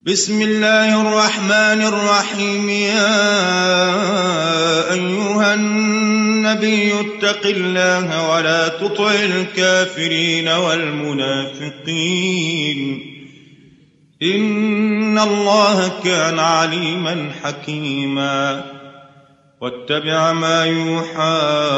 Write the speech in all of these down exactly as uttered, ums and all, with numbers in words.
بسم الله الرحمن الرحيم. يا أيها النبي اتق الله ولا تطع الكافرين والمنافقين إن الله كان عليما حكيما. واتبع ما يوحى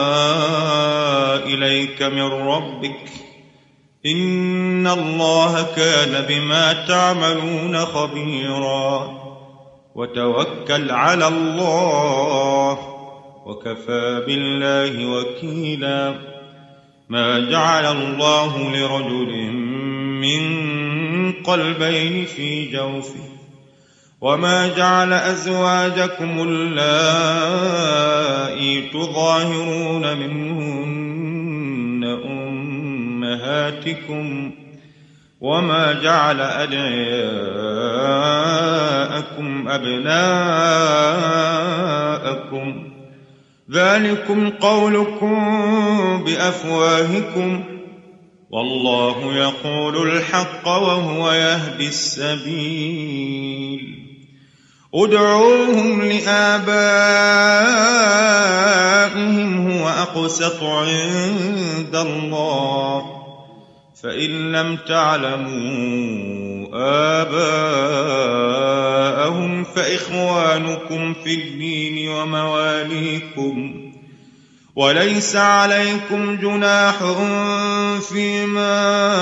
إليك من ربك إن الله كان بما تعملون خبيرا. وتوكل على الله وكفى بالله وكيلا. ما جعل الله لرجل من قلبين في جوفه وما جعل أزواجكم اللائي تظاهرون منهن أمهاتكم وما جعل أدعياءكم أبناءكم ذلكم قولكم بأفواهكم والله يقول الحق وهو يهدي السبيل. ادعوهم لآبائهم هو أقسط عند الله فإن لم تعلموا آباءهم فإخوانكم في الدين ومواليكم وليس عليكم جناح فيما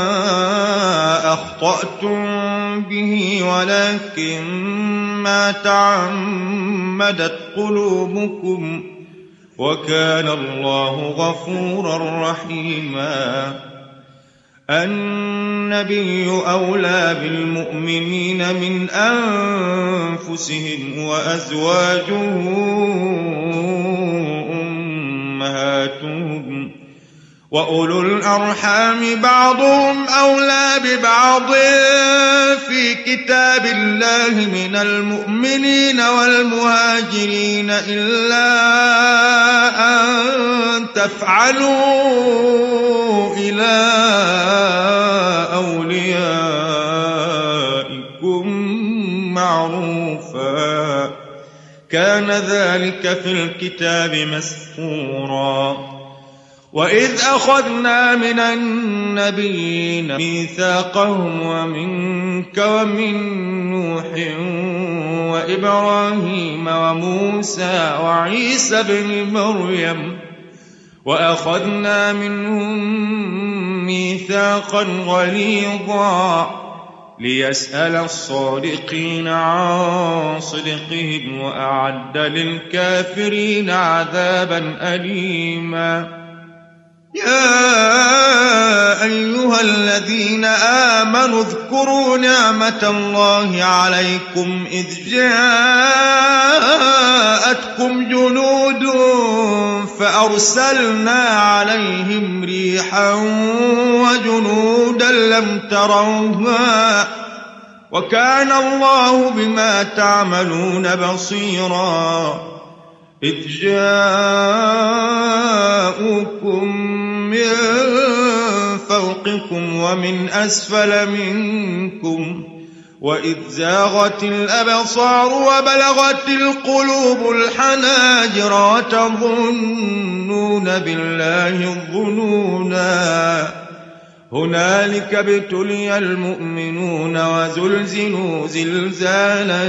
أخطأتم به ولكن ما تعمدت قلوبكم وكان الله غفورا رحيما. النبي أولى بالمؤمنين من أنفسهم وأزواجه أمهاتهم وأولو الأرحام بعضهم أولى ببعض في كتاب الله من المؤمنين والمهاجرين إلا أن تفعلوا إلى أوليائكم معروفا كان ذلك في الكتاب مسطورا. وإذ أخذنا من النبيين ميثاقهم ومنك ومن نوح وإبراهيم وموسى وعيسى بن مريم وأخذنا منهم ميثاقا غليظا ليسأل الصادقين عن صدقهم وأعد للكافرين عذابا أليما. يا أيها الذين آمنوا اذكروا نعمة الله عليكم إذ جاءتكم جنود فأرسلنا عليهم ريحا وجنودا لم تروها وكان الله بما تعملون بصيرا. إذ جاءوكم من فوقكم ومن أسفل منكم وإذ زاغت الأبصار وبلغت القلوب الحناجر وتظنون بالله الظنونا هنالك ابتلي المؤمنون وزلزلوا زلزالا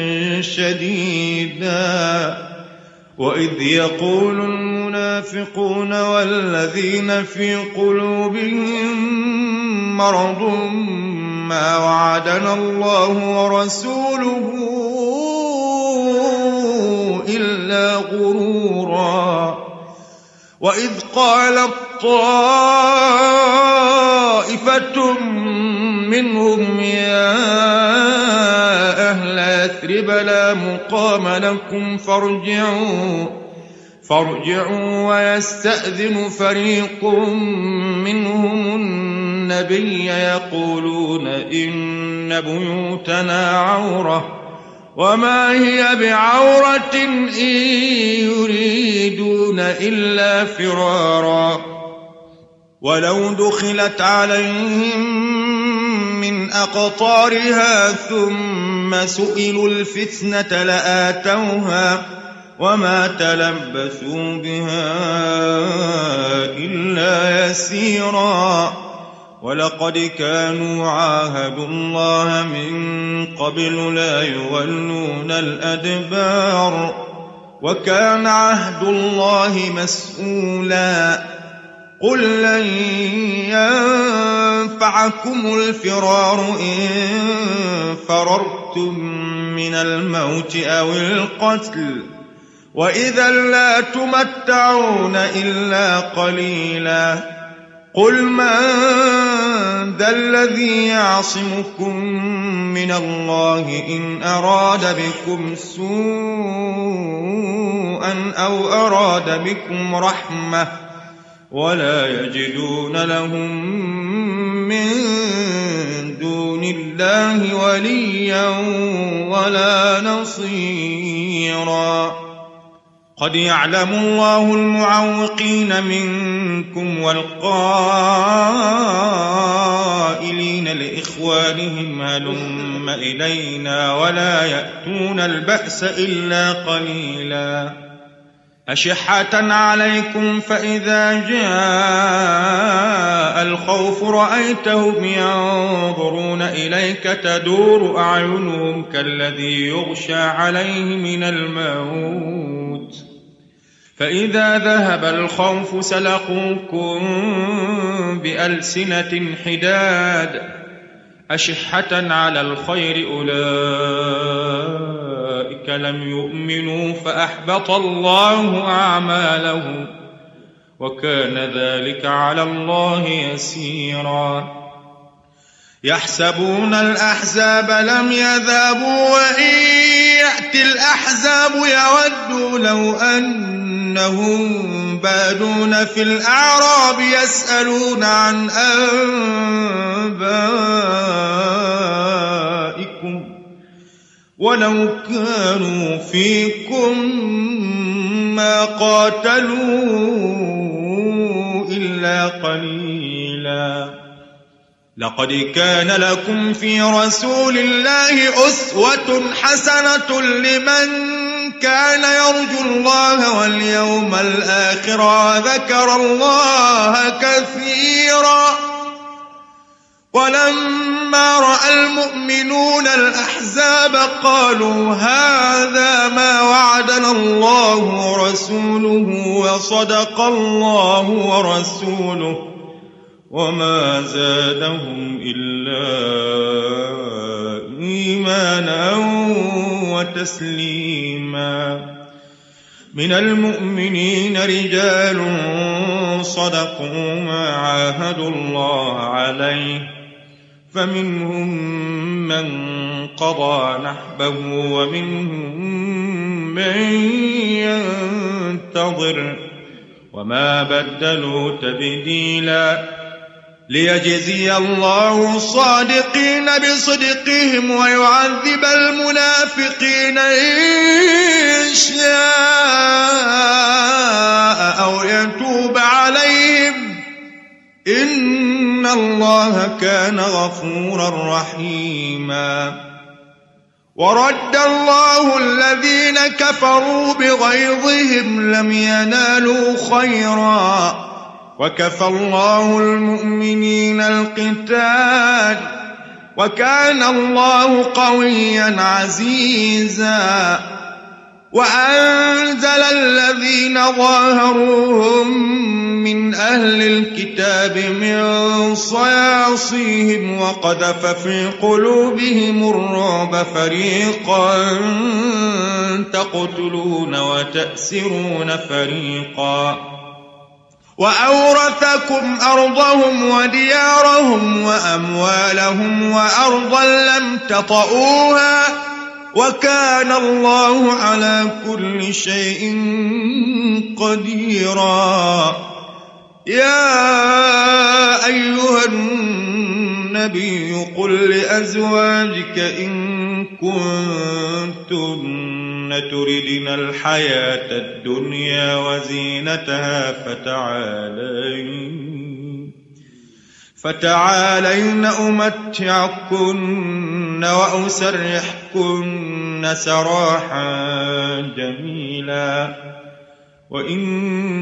شديدا. وإذ يقول المنافقون والذين في قلوبهم مرض ما وعدنا الله ورسوله إلا غرورا. وإذ قالت طائفة منهم يا أهل يثرب لا مقام لكم فارجعوا فارجعوا ويستأذن فريق منهم النبي يقولون إن بيوتنا عورة وما هي بعورة إن يريدون إلا فرارا. ولو دخلت عليهم من من أقطارها ثم سئلوا الفتنة لآتوها وما تلبثوا بها إلا يسيرا ولقد كانوا عاهدوا الله من قبل لا يولون الأدبار وكان عهد الله مسؤولا قل لن ينفعكم الفرار إن فررتم من الموت أو القتل وإذا لا تمتعون إلا قليلا قل من ذا الذي يعصمكم من الله إن أراد بكم سوءا أو أراد بكم رحمة ولا يجدون لهم من دون الله وليا ولا نصيرا قد يعلم الله المعوقين منكم والقائلين لإخوانهم هلم إلينا ولا يأتون البأس إلا قليلا أشحة عليكم فإذا جاء الخوف رأيتهم ينظرون إليك تدور أعينهم كالذي يغشى عليه من الموت فإذا ذهب الخوف سلقوكم بألسنة حداد أشحة على الخير أولئك لم يؤمنوا فأحبط الله أعمالهم وكان ذلك على الله يسيرا يحسبون الأحزاب لم يذهبوا وإن يأتي الأحزاب يودوا لو أنهم بادون في الأعراب يسألون عن أنبائكم ولو كانوا فيكم ما قاتلوا إلا قليلا لقد كان لكم في رسول الله أسوة حسنة لمن كان يرجو الله واليوم الآخر وذكر الله كثيرا ولما رأى المؤمنون الأحزاب قالوا هذا ما وعدنا الله ورسوله وصدق الله ورسوله وما زادهم إلا إيمانا وتسليما من المؤمنين رجال صدقوا ما عاهدوا الله عليه فمنهم من قضى نحبه ومنهم من ينتظر وما بدلوا تبديلا ليجزي الله الصادقين بصدقهم ويعذب المنافقين إن شاء أو يتوب عليهم إن الله كان غفورا رحيما ورد الله الذين كفروا بغيظهم لم ينالوا خيرا وكفى الله المؤمنين القتال وكان الله قويا عزيزا وأنزل الذين ظاهروهم من أهل الكتاب من صياصيهم وقذف في قلوبهم الرعب فريقا تقتلون وتأسرون فريقا وأورثكم أرضهم وديارهم وأموالهم وأرضا لم تطئوها وكان الله على كل شيء قديرا يا أيها النبي قل لأزواجك إن كنتن تردن الحياة الدنيا وزينتها فتعالين فتعالين أمتعكن وأسرحكن سراحا جميلا وإن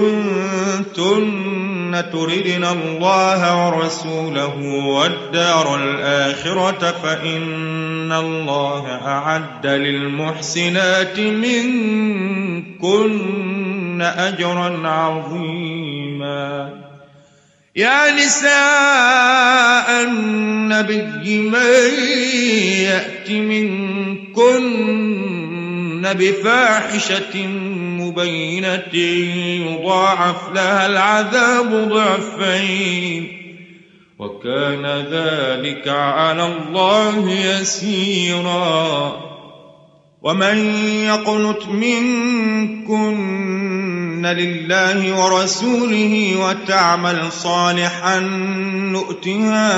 كنتن تردن الله ورسوله والدار الآخرة فإن الله أعد للمحسنات منكن أجرا عظيما. يا نساء النبي من يأت منكن بفاحشة مبينة يضاعف لها العذاب ضعفين وكان ذلك على الله يسيرا. ومن يقنت منكن لله ورسوله وتعمل صالحا نؤتها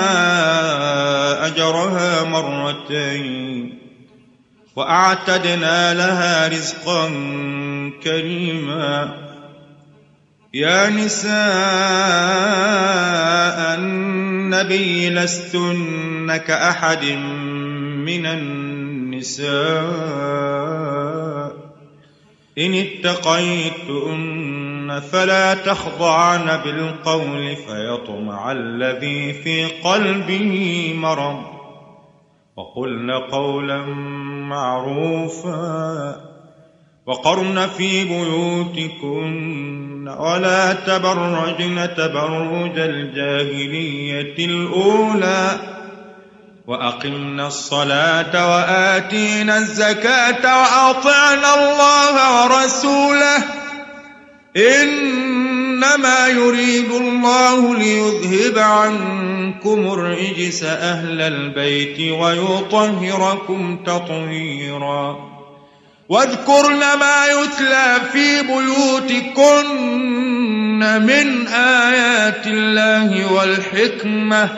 أجرها مرتين وأعتدنا لها رزقا كريما. يا نساء النبي لستن كأحد من النساء إن اتقيتن فلا تخضعن بالقول فيطمع الذي في قلبه مرض وقلن قولا معروفا وقرن في بيوتكن ولا تبرجن تبرج الجاهلية الأولى وأقمنا الصلاة وآتينا الزكاة وأطعنا الله ورسوله إنما يريد الله ليذهب عنكم الرجس أهل البيت ويطهركم تطهيرا. واذكرن ما يتلى في بيوتكن من آيات الله والحكمة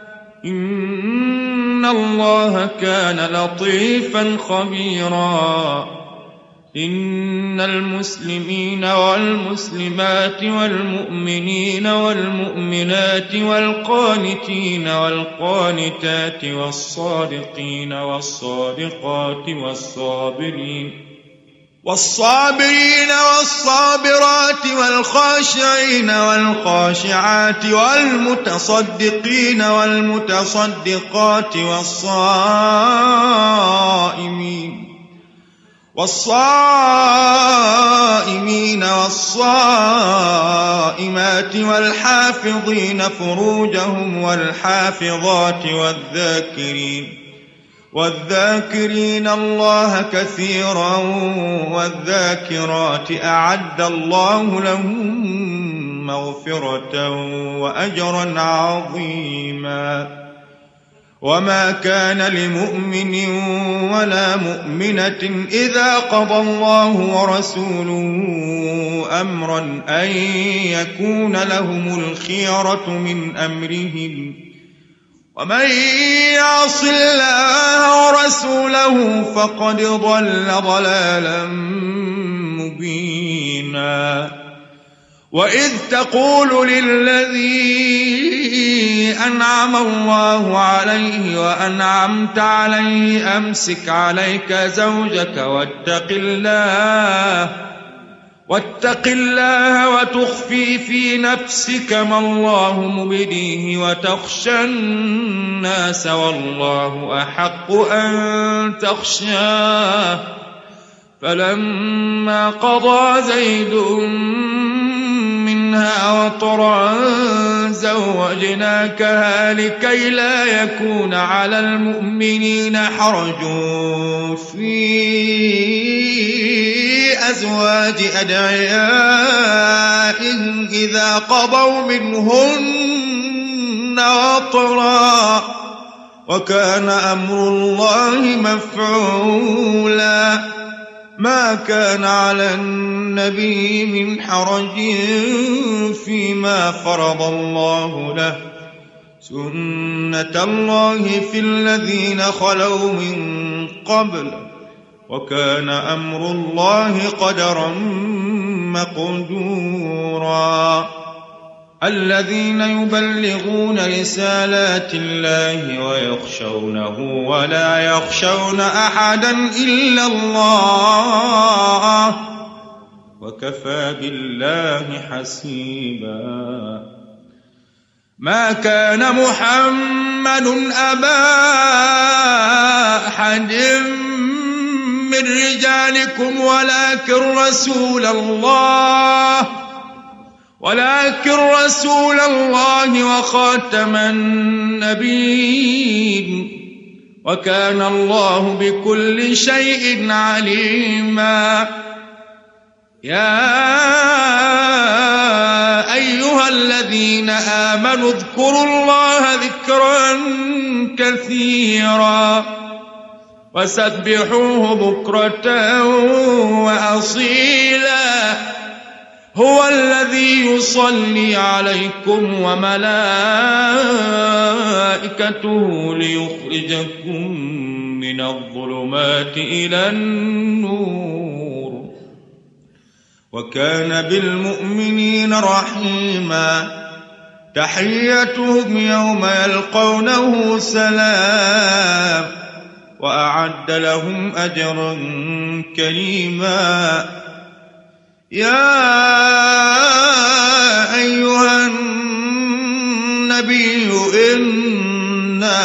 إن الله كان لطيفا خبيرا. إن المسلمين والمسلمات والمؤمنين والمؤمنات والقانتين والقانتات والصادقين والصادقات والصابرين والصابرين والصابرات والخاشعين والخاشعات والمتصدقين والمتصدقات والصائمين والصائمين والصائمات والحافظين فروجهم والحافظات والذاكرين والذاكرين الله كثيرا والذاكرات أعد الله لهم مغفرة وأجرا عظيما. وما كان لمؤمن ولا مؤمنة إذا قضى الله ورسوله أمرا أن يكون لهم الخيرة من أمرهم ومن يعص الله ورسوله فقد ضل ضلالا مبينا. وإذ تقول للذي أنعم الله عليه وأنعمت عليه أمسك عليك زوجك واتق الله واتق الله وتخفي في نفسك ما الله مبديه وتخشى الناس والله أحق أن تخشاه فلما قضى زيد منها وطرا زوجناكها لكي لا يكون على المؤمنين حرج في أزواج أدعيائهم إذا قضوا منهن وطرا وكان أمر الله مفعولا. ما كان على النبي من حرج فيما فرض الله له سنة الله في الذين خلوا من قبل وكان أمر الله قدرا مقدورا. الذين يبلغون رسالات الله ويخشونه ولا يخشون أحدا إلا الله وكفى بالله حسيبا. ما كان محمد أبا أحد من رجالكم ولكن رسول الله ولكن رسول الله وخاتم النبيين وكان الله بكل شيء عليما. يا أيها الذين آمنوا اذكروا الله ذكرا كثيرا وسبحوه بكرة وأصيلا. هو الذي يصلي عليكم وملائكته ليخرجكم من الظلمات إلى النور وكان بالمؤمنين رحيما. تحيتهم يوم يلقونه سلام وأعد لهم أجرا كريما. يا أيها النبي إنا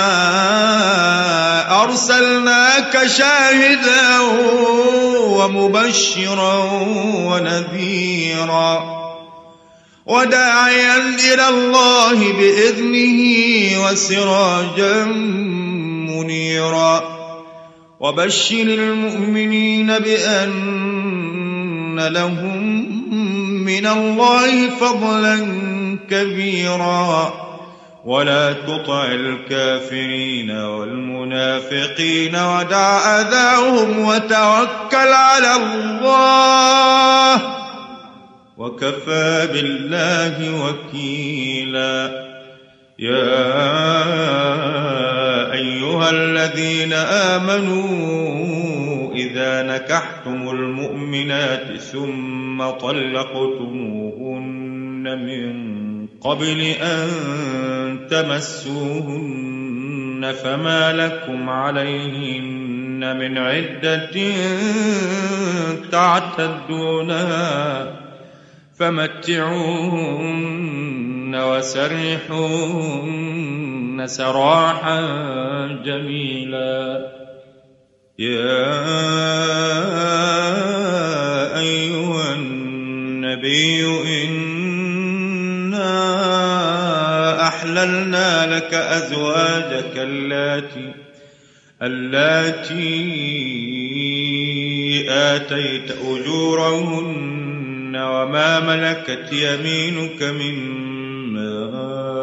أرسلناك شاهدا ومبشرا ونذيرا وداعيا إلى الله بإذنه وسراجا منيرا. وبشر المؤمنين بأن لهم من الله فضلا كبيرا ولا تطع الكافرين والمنافقين ودع أذاهم وتوكل على الله وكفى بالله وكيلا. يا أيها الذين آمنوا إذا نكحتم المؤمنات ثم طلقتموهن من قبل أن تمسوهن فما لكم عليهن من عدة تعتدونها فمتعوهن وسرحوهن سراحا جميلا. يا أيها النبي إنا أحللنا لك أزواجك اللاتي اللاتي آتيت أجورهن وما ملكت يمينك مما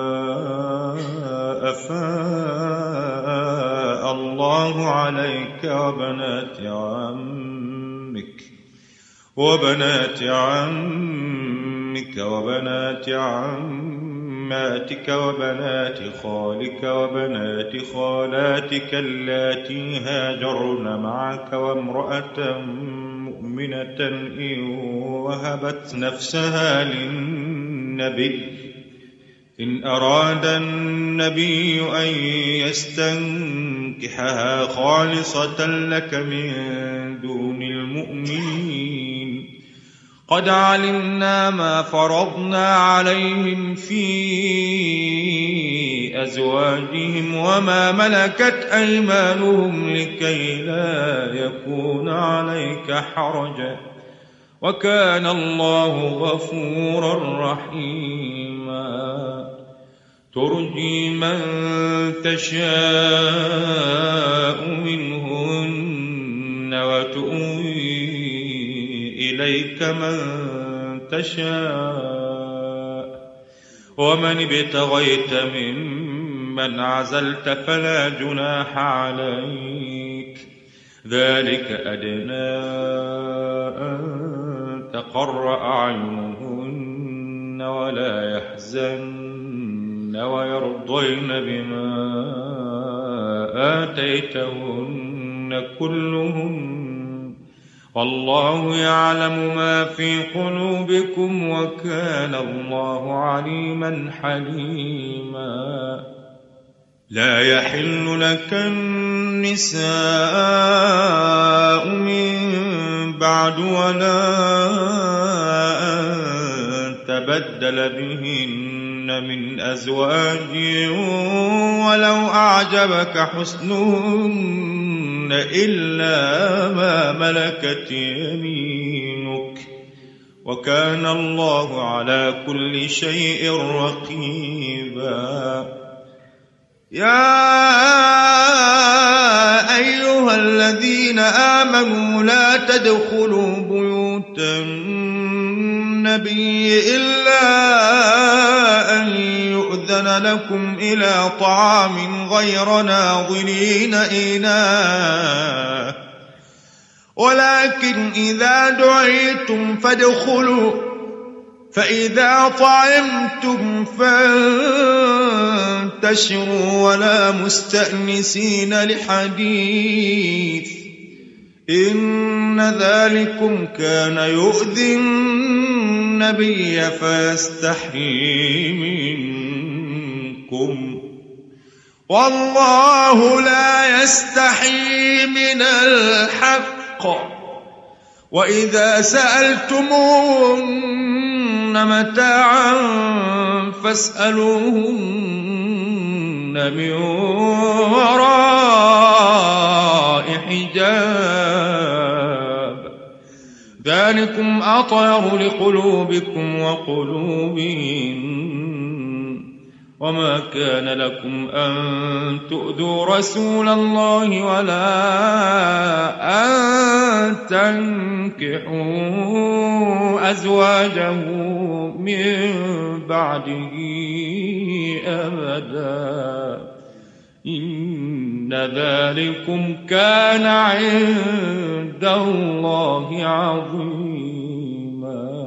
أفاء الله عليك وبنات عمك وبنات عمك وبنات عماتك وبنات خالك وبنات خالاتك اللاتي هاجرن معك وامرأة مؤمنة إن وهبت نفسها للنبي إن أراد النبي أن يستنكحها خالصة لك من دون المؤمنين. قد علمنا ما فرضنا عليهم في أزواجهم وما ملكت أيمانهم لكي لا يكون عليك حرج وكان الله غفورا رحيما. ترجي من تشاء منهن وتؤوي إليك من تشاء ومن ابتغيت ممن عزلت فلا جناح عليك ذلك أدنى أن تقر أعينهن ولا يحزن ويرضين بما آتيتهن كلهم فالله يعلم ما في قلوبكم وكان الله عليما حليما لا يحل لك النساء من بعد ولا أن تبدل بهن من أزواج ولو أعجبك حسنهن إلا ما ملكت يمينك وكان الله على كل شيء رقيبا يا أيها الذين آمنوا لا تدخلوا بيوت النبي إلا أن يؤذن لكم إلى طعام غير ناظرين إناه ولكن إذا دعيتم فادخلوا فإذا طعمتم فانتشروا ولا مستأنسين لحديث إن ذلكم كان يؤذي النبي فيستحيي منكم والله لا يستحيي من الحق وإذا سألتموهن متاعا فاسألوهن من وراء حجاب ذلكم أطهر لقلوبكم وقلوبهم وما كان لكم أن تؤذوا رسول الله ولا أن تنكحوا أزواجه من بعده أبدا إن ذلكم كان عند الله عظيما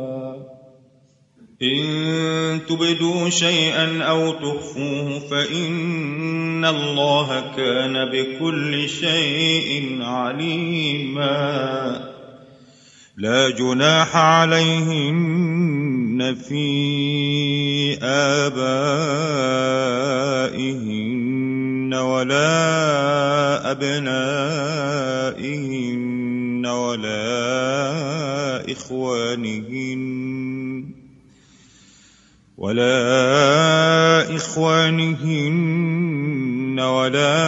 إن تبدوا شيئا أو تخفوه فإن الله كان بكل شيء عليما لا جناح عليهن في آبائهن ولا أبنائهن ولا إخوانهن ولا إخوانهن ولا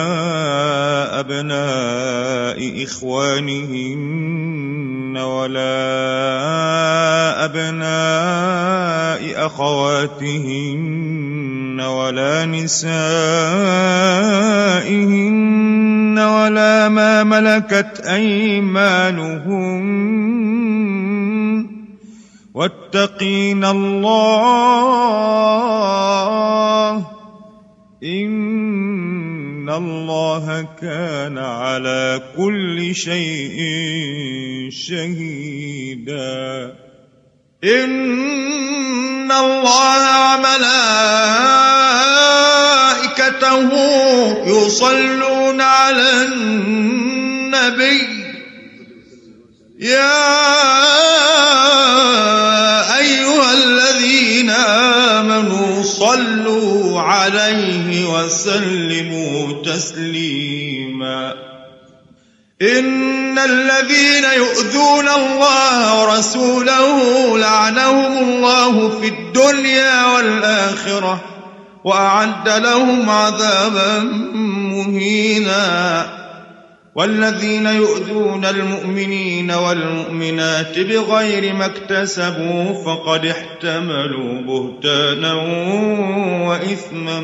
أبناء إخوانهن ولا أبناء أخواتهن ولا نسائهن ولا ما ملكت أيمانهن واتقين الله إن الله كان على كل شيء شهيدا إن الله وملائكته يصلون على النبي يا أيها الذين آمنوا صلوا عليه وسلموا تسليما إن الذين يؤذون الله ورسوله لعنهم الله في الدنيا والآخرة وأعد لهم عذابا مهينا والذين يؤذون المؤمنين والمؤمنات بغير ما اكتسبوا فقد احتملوا بهتانا وإثما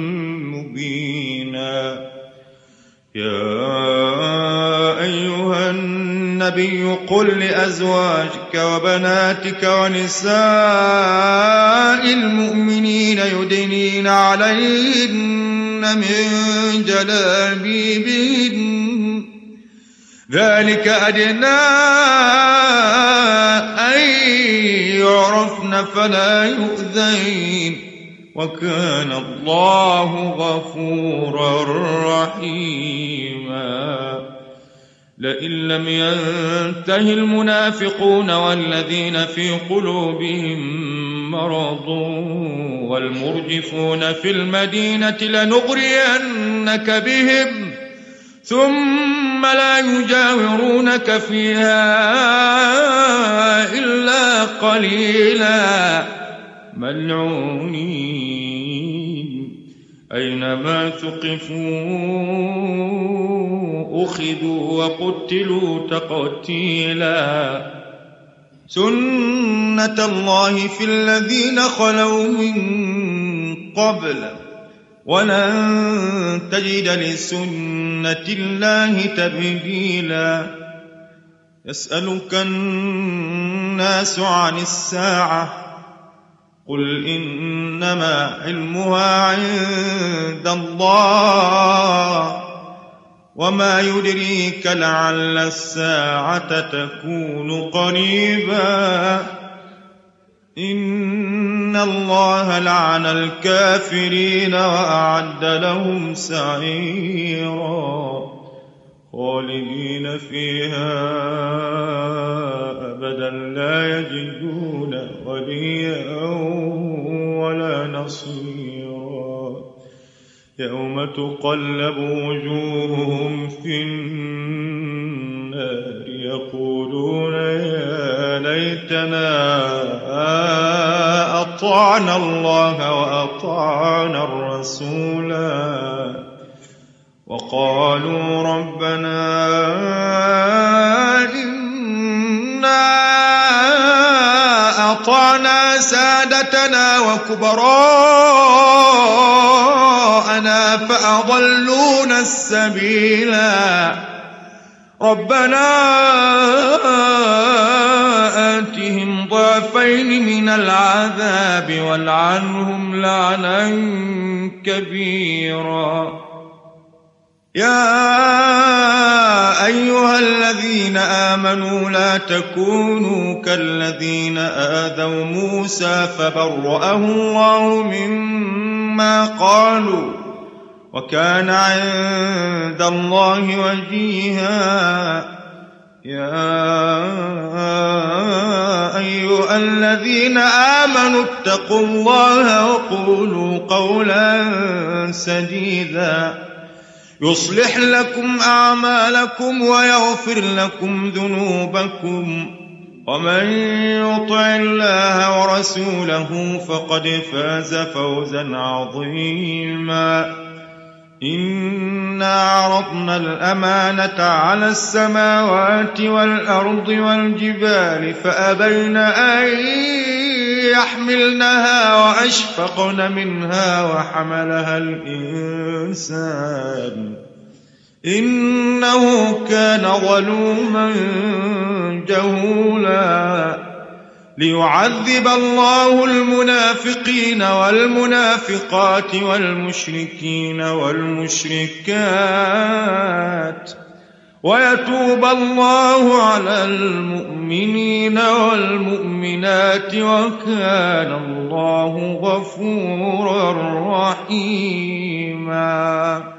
مبينا يا أيها النبي قل لأزواجك وبناتك ونساء المؤمنين يدنين عليهن من جلابيبهن ذلك أدنى أن يعرفن فلا يؤذين وكان الله غفورا رحيما لئن لم ينته المنافقون والذين في قلوبهم مرض والمرجفون في المدينة لنغرينك بهم ثم لا يجاورونك فيها إلا قليلا ملعونين أينما ثقفوا أخذوا وقتلوا تقتيلا سنة الله في الذين خلوا من قبل ولن تجد لسنة الله تبديلا يسألك الناس عن الساعة قل إنما علمها عند الله وما يدريك لعل الساعة تكون قريبا إن الله لعن الكافرين وأعد لهم سعيرا خالدين فيها أبدا لا يجدون وليا ولا نصيرا يوم تقلب وجوههم في النار يقولون يا ليتنا أطعنا الله وأطعنا الرسولا وقالوا ربنا إنا أطعنا سادتنا وكبراءنا فأضلونا السبيلا ربنا آتهم ضعفين من العذاب والعنهم لعنا كبيرا يا أيها الذين آمنوا لا تكونوا كالذين آذوا موسى فبرأه الله مما قالوا وكان عند الله وجيها يا أيها الذين آمنوا اتقوا الله وقولوا قولا سديدا يصلح لكم أعمالكم ويغفر لكم ذنوبكم ومن يطع الله ورسوله فقد فاز فوزا عظيما إنا عرضنا الأمانة على السماوات والأرض والجبال فأبين أن يحملنها وأشفقن منها وحملها الإنسان إنه كان ظلوما جهولا ليعذب الله المنافقين والمنافقات والمشركين والمشركات ويتوب الله على المؤمنين والمؤمنات وكان الله غفورا رحيما.